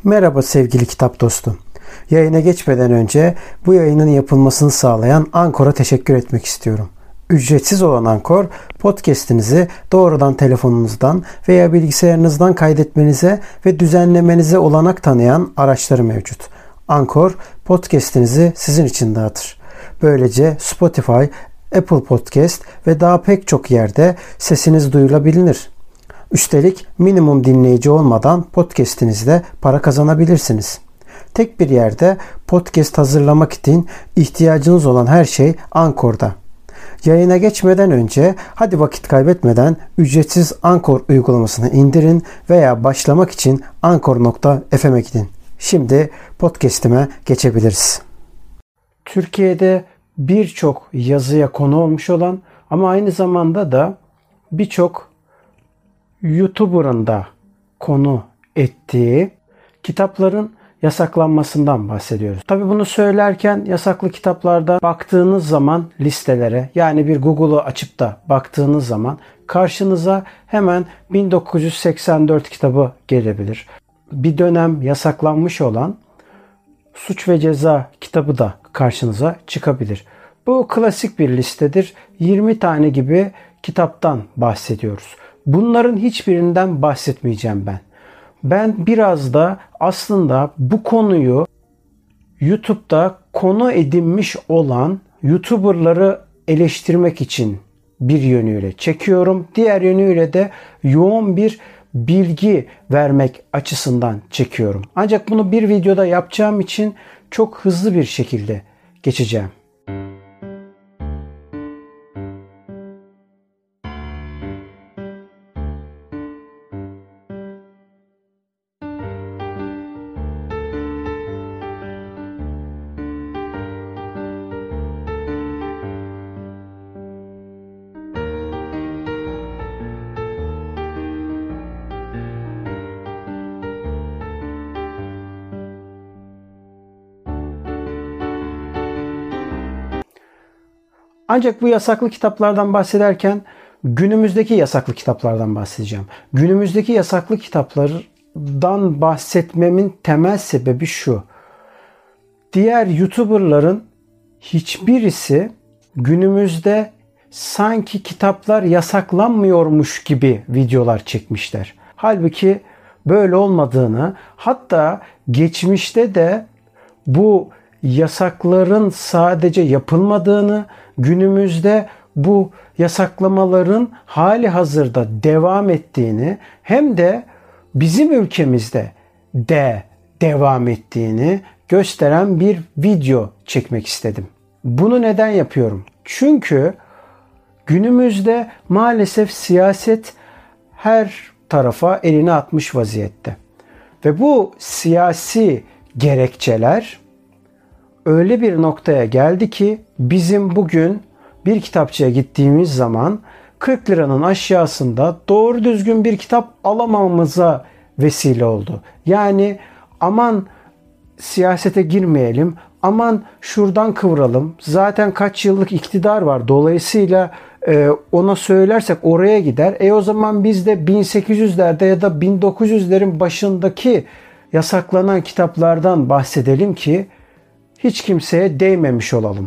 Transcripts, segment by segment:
Merhaba sevgili kitap dostum. Yayına geçmeden önce bu yayının yapılmasını sağlayan Ankor'a teşekkür etmek istiyorum. Ücretsiz olan Ankor, podcast'inizi doğrudan telefonunuzdan veya bilgisayarınızdan kaydetmenize ve düzenlemenize olanak tanıyan araçları mevcut. Ankor, podcast'inizi sizin için dağıtır. Böylece Spotify, Apple Podcast ve daha pek çok yerde sesiniz duyulabilir. Üstelik minimum dinleyici olmadan podcast'inizde para kazanabilirsiniz. Tek bir yerde podcast hazırlamak için ihtiyacınız olan her şey Ankor'da. Yayına geçmeden önce hadi vakit kaybetmeden ücretsiz Ankor uygulamasını indirin veya başlamak için ankor.fm'e gidin. Şimdi podcast'ime geçebiliriz. Türkiye'de birçok yazıya konu olmuş olan ama aynı zamanda da birçok YouTuber'ın da konu ettiği kitapların yasaklanmasından bahsediyoruz. Tabii bunu söylerken yasaklı kitaplarda baktığınız zaman listelere, yani bir Google'u açıp da baktığınız zaman karşınıza hemen 1984 kitabı gelebilir. Bir dönem yasaklanmış olan Suç ve Ceza kitabı da karşınıza çıkabilir. Bu klasik bir listedir. 20 tane gibi kitaptan bahsediyoruz. Bunların hiçbirinden bahsetmeyeceğim ben. Ben biraz da aslında bu konuyu YouTube'da konu edinmiş olan YouTuber'ları eleştirmek için bir yönüyle çekiyorum. Diğer yönüyle de yoğun bir bilgi vermek açısından çekiyorum. Ancak bunu bir videoda yapacağım için çok hızlı bir şekilde geçeceğim. Ancak bu yasaklı kitaplardan bahsederken günümüzdeki yasaklı kitaplardan bahsedeceğim. Günümüzdeki yasaklı kitaplardan bahsetmemin temel sebebi şu. Diğer YouTuber'ların hiçbirisi günümüzde sanki kitaplar yasaklanmıyormuş gibi videolar çekmişler. Halbuki böyle olmadığını, hatta geçmişte de bu yasakların sadece yapılmadığını, günümüzde bu yasaklamaların hali hazırda devam ettiğini, hem de bizim ülkemizde de devam ettiğini gösteren bir video çekmek istedim. Bunu neden yapıyorum? Çünkü günümüzde maalesef siyaset her tarafa elini atmış vaziyette. Ve bu siyasi gerekçeler öyle bir noktaya geldi ki bizim bugün bir kitapçıya gittiğimiz zaman 40 liranın aşağısında doğru düzgün bir kitap alamamamıza vesile oldu. Yani aman siyasete girmeyelim, aman şuradan kıvıralım, zaten kaç yıllık iktidar var, dolayısıyla ona söylersek oraya gider. O zaman biz de 1800'lerde ya da 1900'lerin başındaki yasaklanan kitaplardan bahsedelim ki hiç kimseye değmemiş olalım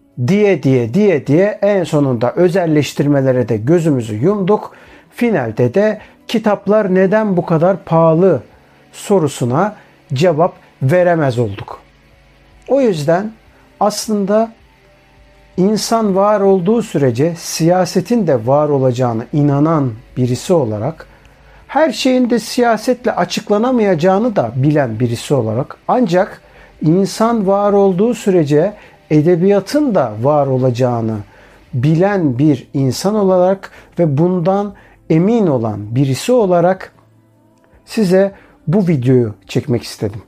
diye en sonunda özelleştirmelere de gözümüzü yumduk. Finalde de kitaplar neden bu kadar pahalı sorusuna cevap veremez olduk. O yüzden aslında insan var olduğu sürece siyasetin de var olacağına inanan birisi olarak, her şeyin de siyasetle açıklanamayacağını da bilen birisi olarak, ancak İnsan var olduğu sürece edebiyatın da var olacağını bilen bir insan olarak ve bundan emin olan birisi olarak size bu videoyu çekmek istedim.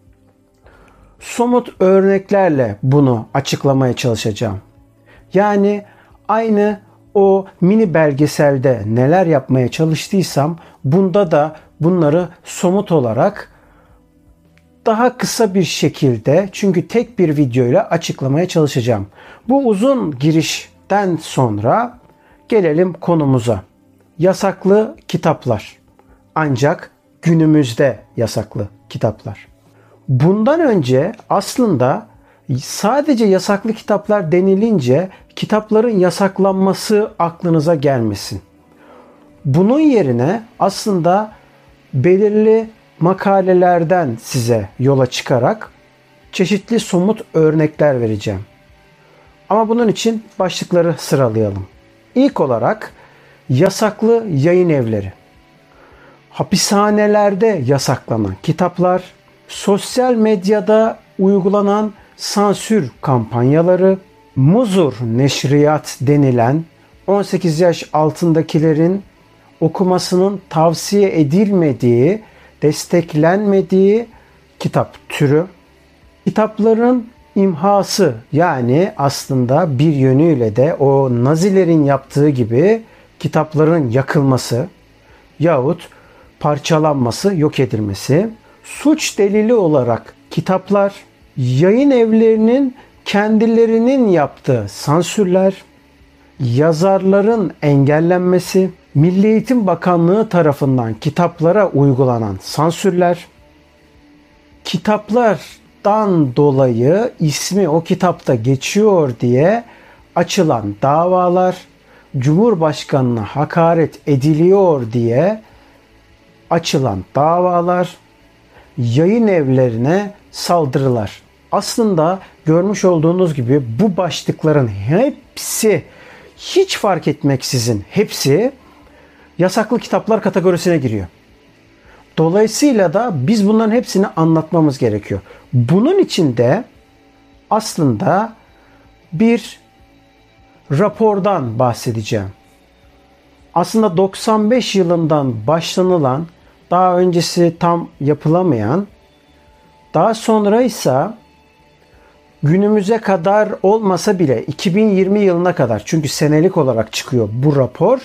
Somut örneklerle bunu açıklamaya çalışacağım. Yani aynı o mini belgeselde neler yapmaya çalıştıysam bunda da bunları somut olarak daha kısa bir şekilde, çünkü tek bir videoyla açıklamaya çalışacağım. Bu uzun girişten sonra gelelim konumuza. Yasaklı kitaplar. Ancak günümüzde yasaklı kitaplar. Bundan önce aslında sadece yasaklı kitaplar denilince kitapların yasaklanması aklınıza gelmesin. Bunun yerine aslında belirli makalelerden size yola çıkarak çeşitli somut örnekler vereceğim. Ama bunun için başlıkları sıralayalım. İlk olarak yasaklı yayın evleri, hapishanelerde yasaklanan kitaplar, sosyal medyada uygulanan sansür kampanyaları, muzur neşriyat denilen 18 yaş altındakilerin okumasının tavsiye edilmediği, desteklenmediği kitap türü, kitapların imhası, yani aslında bir yönüyle de o Nazilerin yaptığı gibi kitapların yakılması yahut parçalanması, yok edilmesi, suç delili olarak kitaplar, yayın evlerinin kendilerinin yaptığı sansürler, yazarların engellenmesi, Milli Eğitim Bakanlığı tarafından kitaplara uygulanan sansürler, kitaplardan dolayı ismi o kitapta geçiyor diye açılan davalar, Cumhurbaşkanına hakaret ediliyor diye açılan davalar, yayın evlerine saldırılar. Aslında görmüş olduğunuz gibi bu başlıkların hepsi, hiç fark etmeksizin hepsi yasaklı kitaplar kategorisine giriyor. Dolayısıyla da biz bunların hepsini anlatmamız gerekiyor. Bunun için de aslında bir rapordan bahsedeceğim. Aslında 95 yılından başlanılan, daha öncesi tam yapılamayan, daha sonra ise günümüze kadar olmasa bile 2020 yılına kadar, çünkü senelik olarak çıkıyor bu rapor,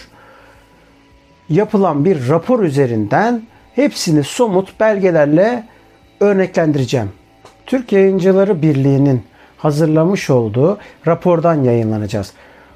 yapılan bir rapor üzerinden hepsini somut belgelerle örneklendireceğim. Türk Yayıncıları Birliği'nin hazırlamış olduğu rapordan yayınlanacağız.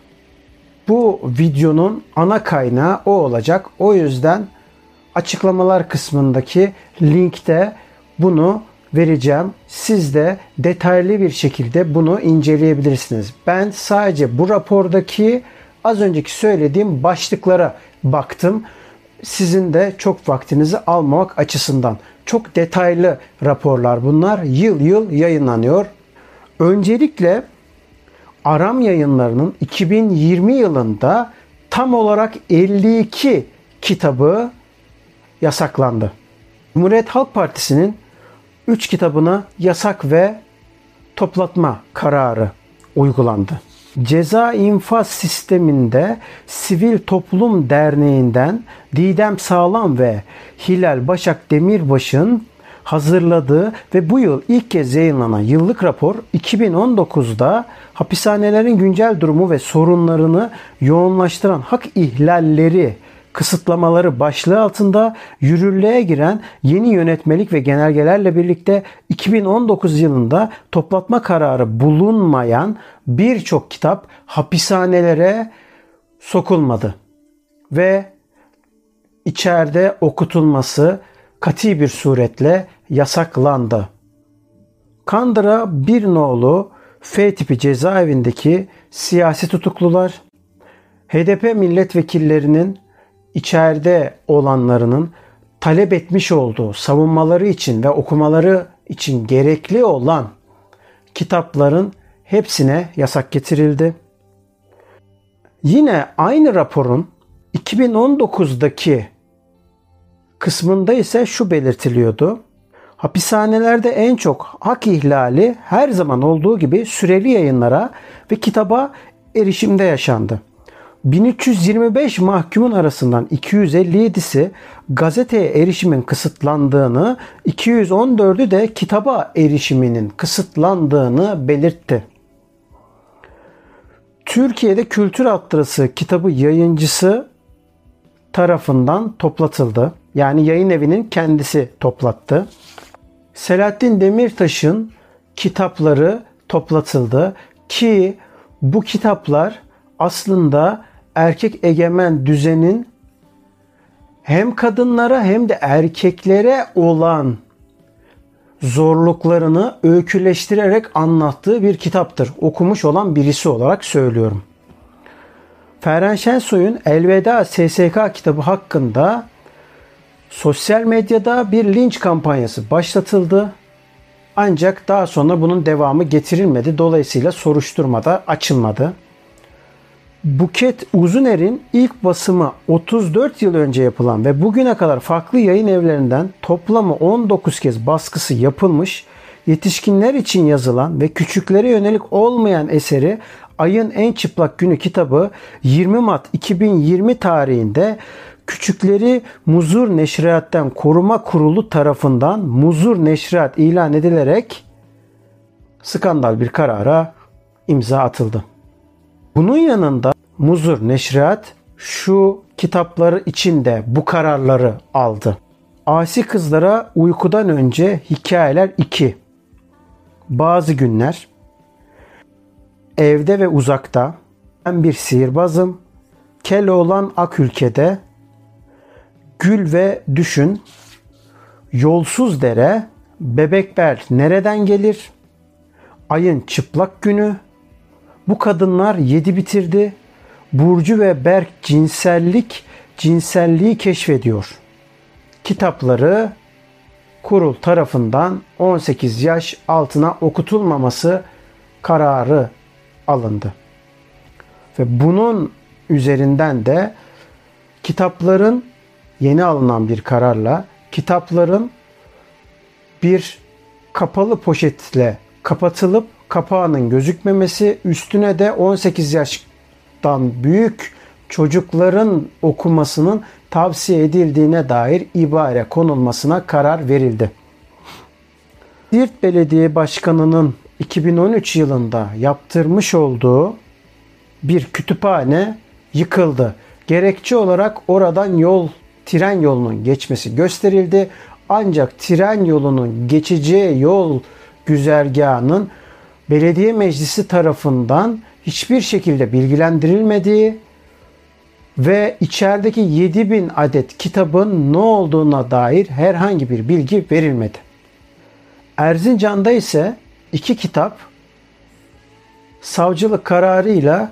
Bu videonun ana kaynağı o olacak. O yüzden açıklamalar kısmındaki linkte bunu vereceğim. Siz de detaylı bir şekilde bunu inceleyebilirsiniz. Ben sadece bu rapordaki az önceki söylediğim başlıklara baktım. Sizin de çok vaktinizi almamak açısından. Çok detaylı raporlar bunlar. Yıl yıl yayınlanıyor. Öncelikle Aram Yayınları'nın 2020 yılında tam olarak 52 kitabı yasaklandı. Cumhuriyet Halk Partisi'nin 3 kitabına yasak ve toplatma kararı uygulandı. Ceza infaz sisteminde Sivil Toplum Derneği'nden Didem Sağlam ve Hilal Başak Demirbaş'ın hazırladığı ve bu yıl ilk kez yayınlanan yıllık rapor 2019'da hapishanelerin güncel durumu ve sorunlarını yoğunlaştıran hak ihlalleri, kısıtlamaları başlığı altında yürürlüğe giren yeni yönetmelik ve genelgelerle birlikte 2019 yılında toplatma kararı bulunmayan birçok kitap hapishanelere sokulmadı ve içeride okutulması kati bir suretle yasaklandı. Kandıra Birnoğlu F tipi cezaevindeki siyasi tutuklular, HDP milletvekillerinin içeride olanlarının talep etmiş olduğu savunmaları için ve okumaları için gerekli olan kitapların hepsine yasak getirildi. Yine aynı raporun 2019'daki kısmında ise şu belirtiliyordu. Hapishanelerde en çok hak ihlali her zaman olduğu gibi süreli yayınlara ve kitaba erişimde yaşandı. 1325 mahkumun arasından 257'si gazeteye erişimin kısıtlandığını, 214'ü de kitaba erişiminin kısıtlandığını belirtti. Türkiye'de Kültür Atlısı kitabı yayıncısı tarafından toplatıldı. Yani yayın evinin kendisi toplattı. Selahattin Demirtaş'ın kitapları toplatıldı ki bu kitaplar aslında erkek egemen düzenin hem kadınlara hem de erkeklere olan zorluklarını öyküleştirerek anlattığı bir kitaptır. Okumuş olan birisi olarak söylüyorum. Ferhan Şensoy'un Elveda SSK kitabı hakkında sosyal medyada bir linç kampanyası başlatıldı. Ancak daha sonra bunun devamı getirilmedi. Dolayısıyla soruşturma da açılmadı. Buket Uzuner'in ilk basımı 34 yıl önce yapılan ve bugüne kadar farklı yayın evlerinden toplamı 19 kez baskısı yapılmış, yetişkinler için yazılan ve küçüklere yönelik olmayan eseri Ayın En Çıplak Günü kitabı 20 Mart 2020 tarihinde Küçükleri Muzur Neşriyat'tan Koruma Kurulu tarafından Muzur Neşriyat ilan edilerek skandal bir karara imza atıldı. Bunun yanında Muzur Neşriyat şu kitapları içinde bu kararları aldı. Asi Kızlara Uykudan Önce Hikayeler 2, Bazı Günler, Evde ve Uzakta, Ben Bir Sihirbazım, Keloğlan Akülke'de, Gül ve Düşün, Yolsuz Dere, Bebekler Nereden Gelir, Ayın Çıplak Günü, Bu Kadınlar Yedi Bitirdi, Burcu ve Berk cinselliği keşfediyor. Kitapları kurul tarafından 18 yaş altına okutulmaması kararı alındı. Ve bunun üzerinden de kitapların yeni alınan bir kararla kitapların bir kapalı poşetle kapatılıp kapağının gözükmemesi, üstüne de 18 yaştan büyük çocukların okumasının tavsiye edildiğine dair ibare konulmasına karar verildi. Siirt Belediye Başkanı'nın 2013 yılında yaptırmış olduğu bir kütüphane yıkıldı. Gerekçe olarak oradan tren yolunun geçmesi gösterildi. Ancak tren yolunun geçeceği yol güzergahının belediye meclisi tarafından hiçbir şekilde bilgilendirilmediği ve içerideki 7000 adet kitabın ne olduğuna dair herhangi bir bilgi verilmedi. Erzincan'da ise 2 kitap savcılık kararıyla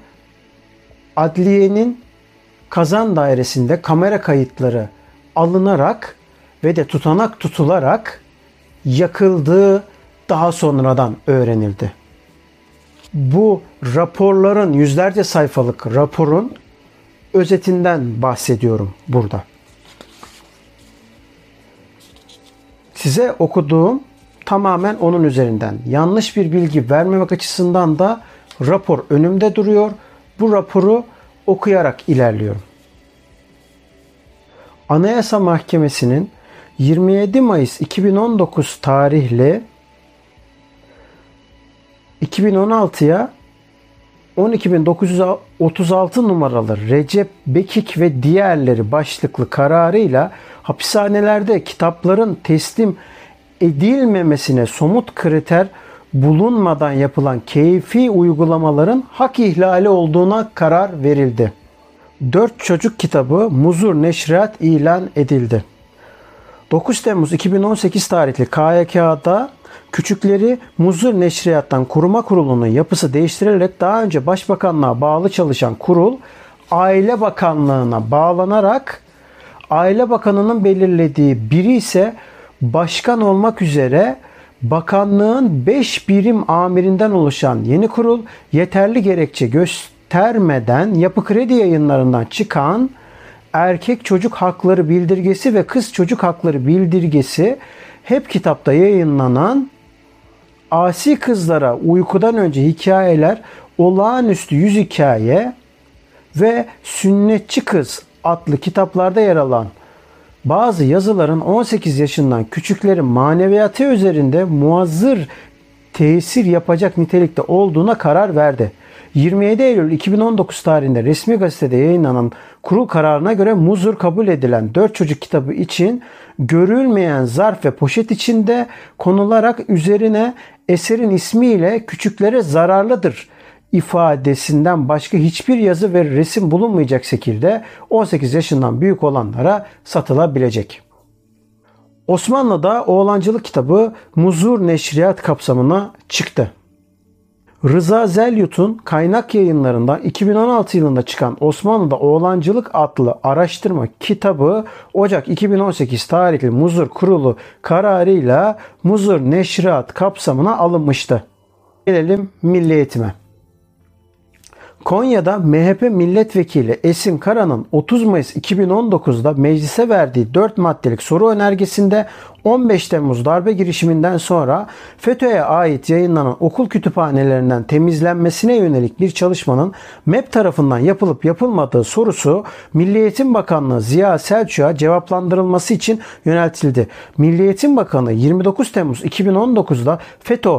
adliyenin kazan dairesinde kamera kayıtları alınarak ve de tutanak tutularak yakıldığı daha sonradan öğrenildi. Bu raporların, yüzlerce sayfalık raporun özetinden bahsediyorum burada. Size okuduğum tamamen onun üzerinden. Yanlış bir bilgi vermemek açısından da rapor önümde duruyor. Bu raporu okuyarak ilerliyorum. Anayasa Mahkemesi'nin 27 Mayıs 2019 tarihli 2016'ya 12.936 numaralı Recep Bekik ve diğerleri başlıklı kararıyla hapishanelerde kitapların teslim edilmemesine somut kriter bulunmadan yapılan keyfi uygulamaların hak ihlali olduğuna karar verildi. 4 çocuk kitabı Muzur Neşriyat ilan edildi. 9 Temmuz 2018 tarihli KYK'da Küçükleri Muzur Neşriyat'tan Koruma Kurulu'nun yapısı değiştirilerek daha önce Başbakanlığa bağlı çalışan kurul Aile Bakanlığı'na bağlanarak Aile Bakanı'nın belirlediği biri ise başkan olmak üzere bakanlığın 5 birim amirinden oluşan yeni kurul yeterli gerekçe göstermeden Yapı Kredi Yayınlarından çıkan Erkek Çocuk Hakları Bildirgesi ve Kız Çocuk Hakları Bildirgesi hep kitapta yayınlanan Asi Kızlara Uykudan Önce Hikayeler, Olağanüstü 100 Hikaye ve Sünnetçi Kız adlı kitaplarda yer alan bazı yazıların 18 yaşından küçüklerin maneviyatı üzerinde muazzır tesir yapacak nitelikte olduğuna karar verdi. 27 Eylül 2019 tarihinde resmi gazetede yayınlanan kurul kararına göre muzur kabul edilen 4 çocuk kitabı için görülmeyen zarf ve poşet içinde konularak üzerine eserin ismiyle küçüklere zararlıdır ifadesinden başka hiçbir yazı ve resim bulunmayacak şekilde 18 yaşından büyük olanlara satılabilecek. Osmanlı'da oğlancılık kitabı Muzur Neşriyat kapsamına çıktı. Rıza Zelyut'un kaynak yayınlarından 2016 yılında çıkan Osmanlı'da Oğlancılık adlı araştırma kitabı Ocak 2018 tarihli Muzur Kurulu kararıyla Muzur Neşriyat kapsamına alınmıştı. Gelelim milli eğitime. Konya'da MHP milletvekili Esin Kara'nın 30 Mayıs 2019'da meclise verdiği 4 maddelik soru önergesinde 15 Temmuz darbe girişiminden sonra FETÖ'ye ait yayınlanan okul kütüphanelerinden temizlenmesine yönelik bir çalışmanın MEP tarafından yapılıp yapılmadığı sorusu Milli Eğitim Bakanlığı Ziya Selçuk'a cevaplandırılması için yöneltildi. Milli Eğitim Bakanı 29 Temmuz 2019'da FETÖ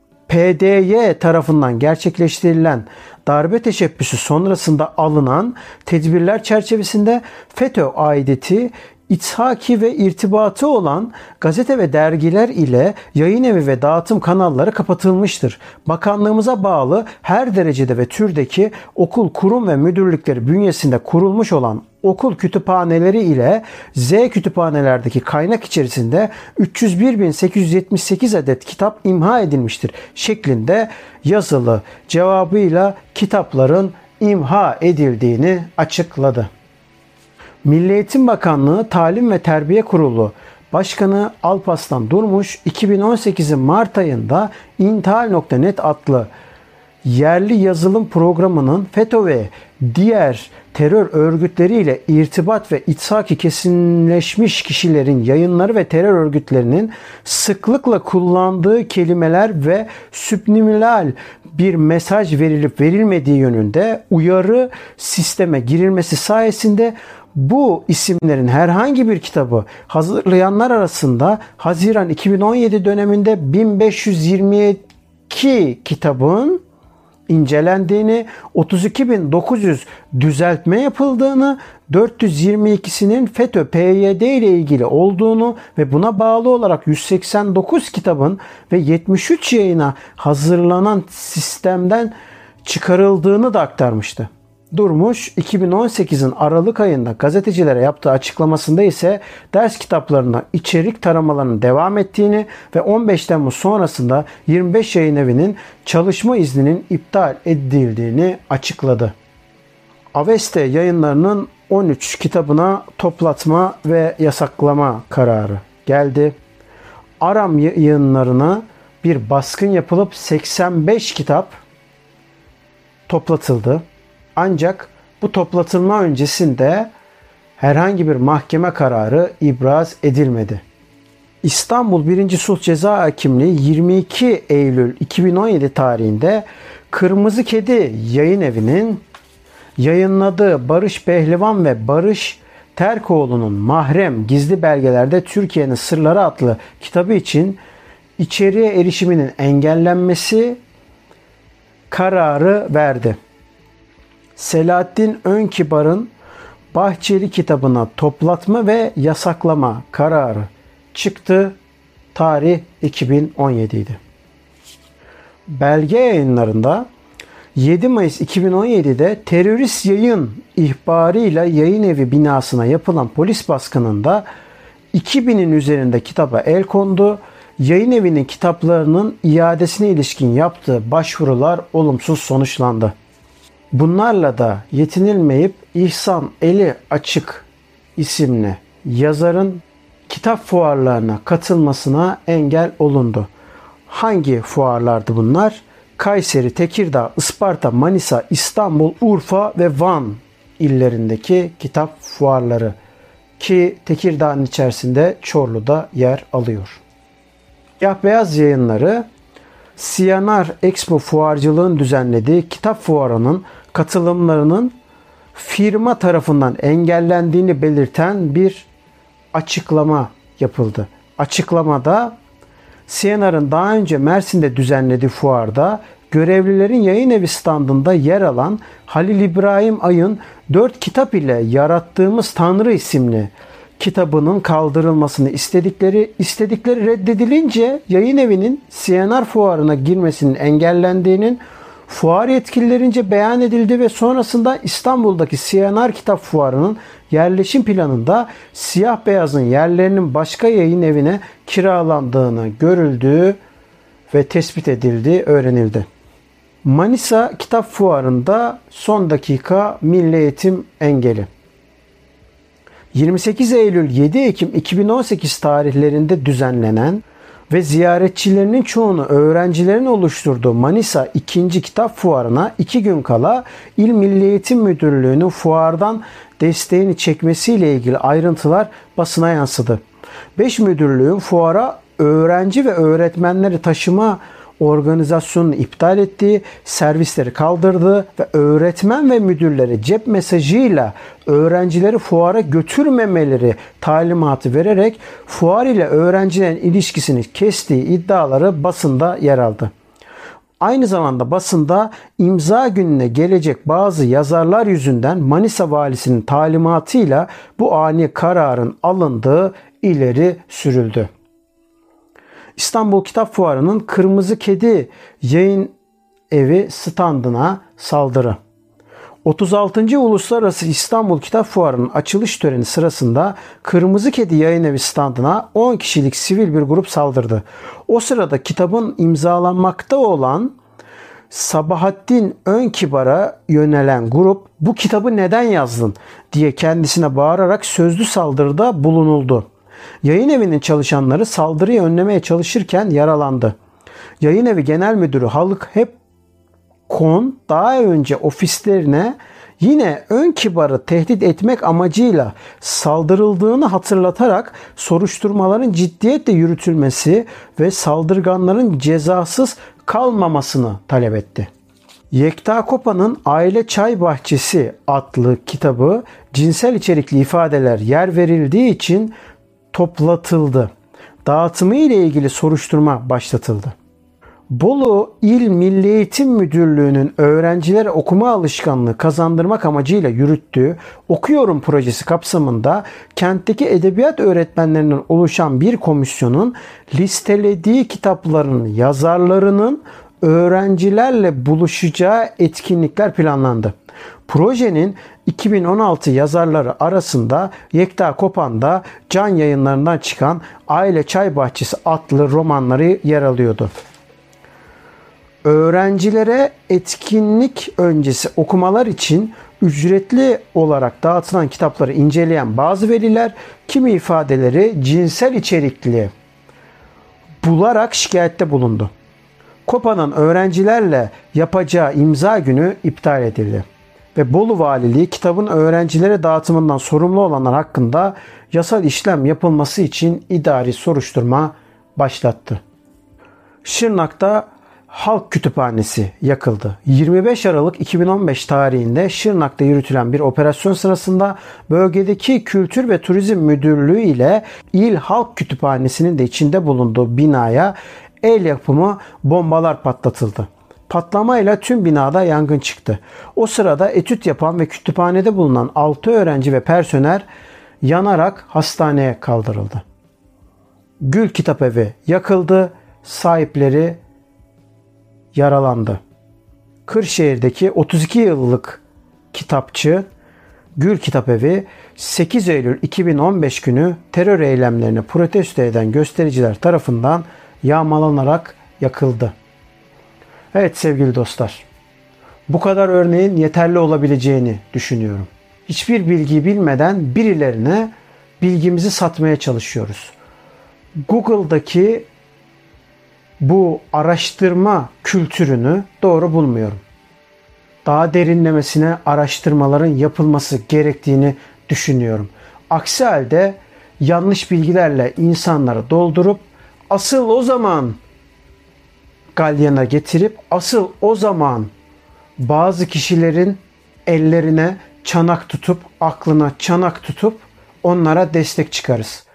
PDY tarafından gerçekleştirilen darbe teşebbüsü sonrasında alınan tedbirler çerçevesinde FETÖ aidiyeti, ithaki ve irtibatı olan gazete ve dergiler ile yayın evi ve dağıtım kanalları kapatılmıştır. Bakanlığımıza bağlı her derecede ve türdeki okul, kurum ve müdürlükleri bünyesinde kurulmuş olan okul kütüphaneleri ile Z kütüphanelerdeki kaynak içerisinde 301.878 adet kitap imha edilmiştir şeklinde yazılı cevabıyla kitapların imha edildiğini açıkladı. Milli Eğitim Bakanlığı Talim ve Terbiye Kurulu Başkanı Alparslan Durmuş 2018'in Mart ayında intihal.net adlı yerli yazılım programının FETÖ ve diğer terör örgütleriyle irtibat ve ithaki kesinleşmiş kişilerin yayınları ve terör örgütlerinin sıklıkla kullandığı kelimeler ve subliminal bir mesaj verilip verilmediği yönünde uyarı sisteme girilmesi sayesinde bu isimlerin herhangi bir kitabı hazırlayanlar arasında Haziran 2017 döneminde 1522 kitabın incelendiğini, 32.900 düzeltme yapıldığını, 422'sinin FETÖ, PYD ile ilgili olduğunu ve buna bağlı olarak 189 kitabın ve 73 yayına hazırlanan sistemden çıkarıldığını da aktarmıştı. Durmuş 2018'in Aralık ayında gazetecilere yaptığı açıklamasında ise ders kitaplarına içerik taramalarının devam ettiğini ve 15 Temmuz sonrasında 25 yayın evinin çalışma izninin iptal edildiğini açıkladı. Aveste yayınlarının 13 kitabına toplatma ve yasaklama kararı geldi. Aram yayınlarına bir baskın yapılıp 85 kitap toplatıldı. Ancak bu toplatılma öncesinde herhangi bir mahkeme kararı ibraz edilmedi. İstanbul 1. Sulh Ceza Hakimliği 22 Eylül 2017 tarihinde Kırmızı Kedi Yayın Evi'nin yayınladığı Barış Pehlivan ve Barış Terkoğlu'nun Mahrem Gizli Belgelerde Türkiye'nin Sırları adlı kitabı için içeriğe erişiminin engellenmesi kararı verdi. Selahattin Önkibar'ın Bahçeli kitabına toplatma ve yasaklama kararı çıktı. Tarih 2017 idi. Belge yayınlarında 7 Mayıs 2017'de terörist yayın ihbarıyla yayın evi binasına yapılan polis baskınında 2000'in üzerinde kitaba el kondu. Yayın evinin kitaplarının iadesine ilişkin yaptığı başvurular olumsuz sonuçlandı. Bunlarla da yetinilmeyip İhsan Eli Açık isimli yazarın kitap fuarlarına katılmasına engel olundu. Hangi fuarlardı bunlar? Kayseri, Tekirdağ, Isparta, Manisa, İstanbul, Urfa ve Van illerindeki kitap fuarları ki Tekirdağ'ın içerisinde Çorlu'da yer alıyor. Siyah Beyaz Yayınları Siyanar Expo fuarcılığın düzenlediği kitap fuarının katılımlarının firma tarafından engellendiğini belirten bir açıklama yapıldı. Açıklamada Siyanar'ın daha önce Mersin'de düzenlediği fuarda görevlilerin yayın evi standında yer alan Halil İbrahim Ay'ın 4 kitap ile Yarattığımız Tanrı isimli kitabının kaldırılmasını istedikleri reddedilince yayın evinin CNR fuarına girmesinin engellendiğinin, Fuar yetkililerince beyan edildi ve sonrasında İstanbul'daki C&R Kitap Fuarı'nın yerleşim planında siyah beyazın yerlerinin başka yayın evine kiralandığını görüldüğü ve tespit edildiği öğrenildi. Manisa Kitap Fuarı'nda son dakika milli eğitim engeli. 28 Eylül 7 Ekim 2018 tarihlerinde düzenlenen ve ziyaretçilerinin çoğunu öğrencilerin oluşturduğu Manisa 2. Kitap Fuarı'na 2 gün kala İl Milli Eğitim Müdürlüğü'nün fuardan desteğini çekmesiyle ilgili ayrıntılar basına yansıdı. 5 müdürlüğün fuara öğrenci ve öğretmenleri taşıma organizasyonunu iptal ettiği, servisleri kaldırdığı ve öğretmen ve müdürlere cep mesajıyla öğrencileri fuara götürmemeleri talimatı vererek fuar ile öğrencilerin ilişkisini kestiği iddiaları basında yer aldı. Aynı zamanda basında imza gününe gelecek bazı yazarlar yüzünden Manisa valisinin talimatıyla bu ani kararın alındığı ileri sürüldü. İstanbul Kitap Fuarı'nın Kırmızı Kedi Yayın Evi standına saldırı. 36. Uluslararası İstanbul Kitap Fuarı'nın açılış töreni sırasında Kırmızı Kedi Yayın Evi standına 10 kişilik sivil bir grup saldırdı. O sırada kitabın imzalanmakta olan Sabahattin Önkibar'a yönelen grup "Bu kitabı neden yazdın?" diye kendisine bağırarak sözlü saldırıda bulunuldu. Yayın evinin çalışanları saldırıyı önlemeye çalışırken yaralandı. Yayın evi genel müdürü Haluk Hepkon daha önce ofislerine yine Önkibar'ı tehdit etmek amacıyla saldırıldığını hatırlatarak soruşturmaların ciddiyetle yürütülmesi ve saldırganların cezasız kalmamasını talep etti. Yekta Kopa'nın Aile Çay Bahçesi adlı kitabı cinsel içerikli ifadeler yer verildiği için toplatıldı. Dağıtımı ile ilgili soruşturma başlatıldı. Bolu İl Milli Eğitim Müdürlüğü'nün öğrencilere okuma alışkanlığı kazandırmak amacıyla yürüttüğü Okuyorum projesi kapsamında kentteki edebiyat öğretmenlerinden oluşan bir komisyonun listelediği kitapların yazarlarının öğrencilerle buluşacağı etkinlikler planlandı. Projenin 2016 yazarları arasında Yekta Kopan'da Can Yayınları'ndan çıkan Aile Çay Bahçesi adlı romanları yer alıyordu. Öğrencilere etkinlik öncesi okumalar için ücretli olarak dağıtılan kitapları inceleyen bazı veliler kimi ifadeleri cinsel içerikli bularak şikayette bulundu. Kopa'nın öğrencilerle yapacağı imza günü iptal edildi ve Bolu Valiliği kitabın öğrencilere dağıtımından sorumlu olanlar hakkında yasal işlem yapılması için idari soruşturma başlattı. Şırnak'ta Halk Kütüphanesi yakıldı. 25 Aralık 2015 tarihinde Şırnak'ta yürütülen bir operasyon sırasında bölgedeki Kültür ve Turizm Müdürlüğü ile İl Halk Kütüphanesi'nin de içinde bulunduğu binaya el yapımı bombalar patlatıldı. Patlamayla tüm binada yangın çıktı. O sırada etüt yapan ve kütüphanede bulunan 6 öğrenci ve personel yanarak hastaneye kaldırıldı. Gül Kitapevi yakıldı. Sahipleri yaralandı. Kırşehir'deki 32 yıllık kitapçı Gül Kitapevi 8 Eylül 2015 günü terör eylemlerini protesto eden göstericiler tarafından yağmalanarak yakıldı. Evet sevgili dostlar, bu kadar örneğin yeterli olabileceğini düşünüyorum. Hiçbir bilgi bilmeden birilerine bilgimizi satmaya çalışıyoruz. Google'daki bu araştırma kültürünü doğru bulmuyorum. Daha derinlemesine araştırmaların yapılması gerektiğini düşünüyorum. Aksi halde yanlış bilgilerle insanları doldurup asıl o zaman galyana getirip asıl o zaman bazı kişilerin ellerine çanak tutup aklına çanak tutup onlara destek çıkarız.